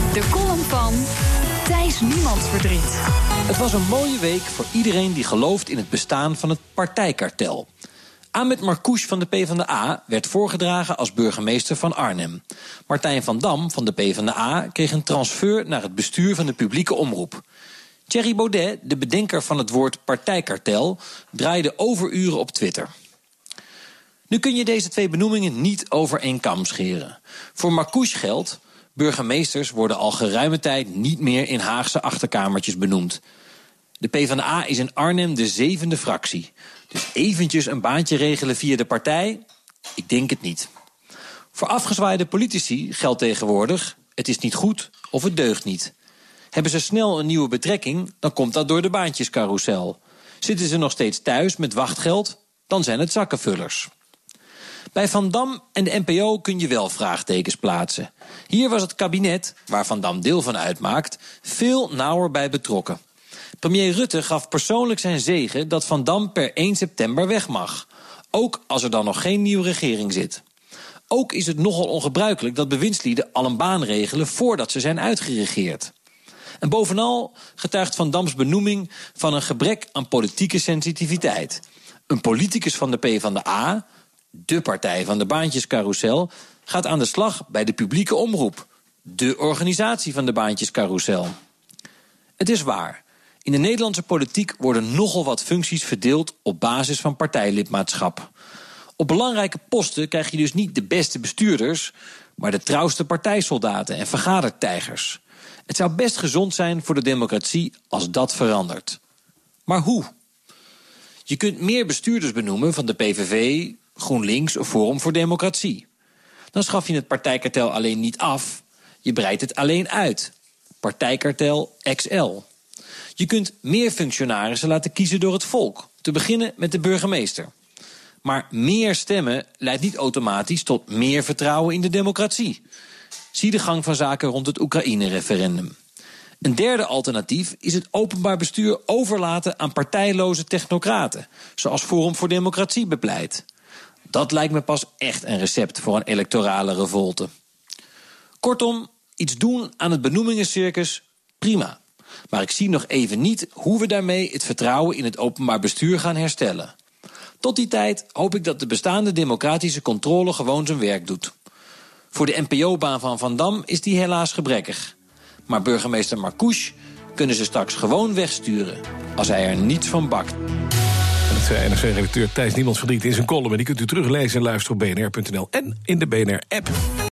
De column van Thijs Niemandsverdriet. Het was een mooie week voor iedereen die gelooft in het bestaan van het partijkartel. Ahmed Marcouch van de PvdA werd voorgedragen als burgemeester van Arnhem. Martijn van Dam van de PvdA kreeg een transfer naar het bestuur van de publieke omroep. Thierry Baudet, de bedenker van het woord partijkartel, draaide overuren op Twitter. Nu kun je deze twee benoemingen niet over één kam scheren. Voor Marcouch geldt: burgemeesters worden al geruime tijd niet meer in Haagse achterkamertjes benoemd. De PvdA is in Arnhem de 7e fractie. Dus eventjes een baantje regelen via de partij? Ik denk het niet. Voor afgezwaaide politici geldt tegenwoordig: het is niet goed of het deugt niet. Hebben ze snel een nieuwe betrekking, dan komt dat door de baantjescarousel. Zitten ze nog steeds thuis met wachtgeld, dan zijn het zakkenvullers. Bij Van Dam en de NPO kun je wel vraagtekens plaatsen. Hier was het kabinet, waar Van Dam deel van uitmaakt, veel nauwer bij betrokken. Premier Rutte gaf persoonlijk zijn zegen dat Van Dam per 1 september weg mag. Ook als er dan nog geen nieuwe regering zit. Ook is het nogal ongebruikelijk dat bewindslieden al een baan regelen voordat ze zijn uitgeregeerd. En bovenal getuigt Van Dams benoeming van een gebrek aan politieke sensitiviteit. Een politicus van de PvdA, de partij van de baantjescarousel, gaat aan de slag bij de publieke omroep, de organisatie van de baantjescarousel. Het is waar. In de Nederlandse politiek worden nogal wat functies verdeeld op basis van partijlidmaatschap. Op belangrijke posten krijg je dus niet de beste bestuurders, maar de trouwste partijsoldaten en vergadertijgers. Het zou best gezond zijn voor de democratie als dat verandert. Maar hoe? Je kunt meer bestuurders benoemen van de PVV, GroenLinks of Forum voor Democratie. Dan schaf je het partijkartel alleen niet af, je breidt het alleen uit. Partijkartel XL. Je kunt meer functionarissen laten kiezen door het volk, te beginnen met de burgemeester. Maar meer stemmen leidt niet automatisch tot meer vertrouwen in de democratie. Zie de gang van zaken rond het Oekraïne-referendum. Een derde alternatief is het openbaar bestuur overlaten aan partijloze technocraten, zoals Forum voor Democratie bepleit. Dat lijkt me pas echt een recept voor een electorale revolte. Kortom, iets doen aan het benoemingencircus, prima. Maar ik zie nog even niet hoe we daarmee het vertrouwen in het openbaar bestuur gaan herstellen. Tot die tijd hoop ik dat de bestaande democratische controle gewoon zijn werk doet. Voor de NPO-baan van Van Dam is die helaas gebrekkig. Maar burgemeester Marcouch kunnen ze straks gewoon wegsturen, als hij er niets van bakt. En dat zei NRC-redacteur Thijs Niemandsverdriet in zijn column. En die kunt u teruglezen en luisteren op bnr.nl en in de BNR-app.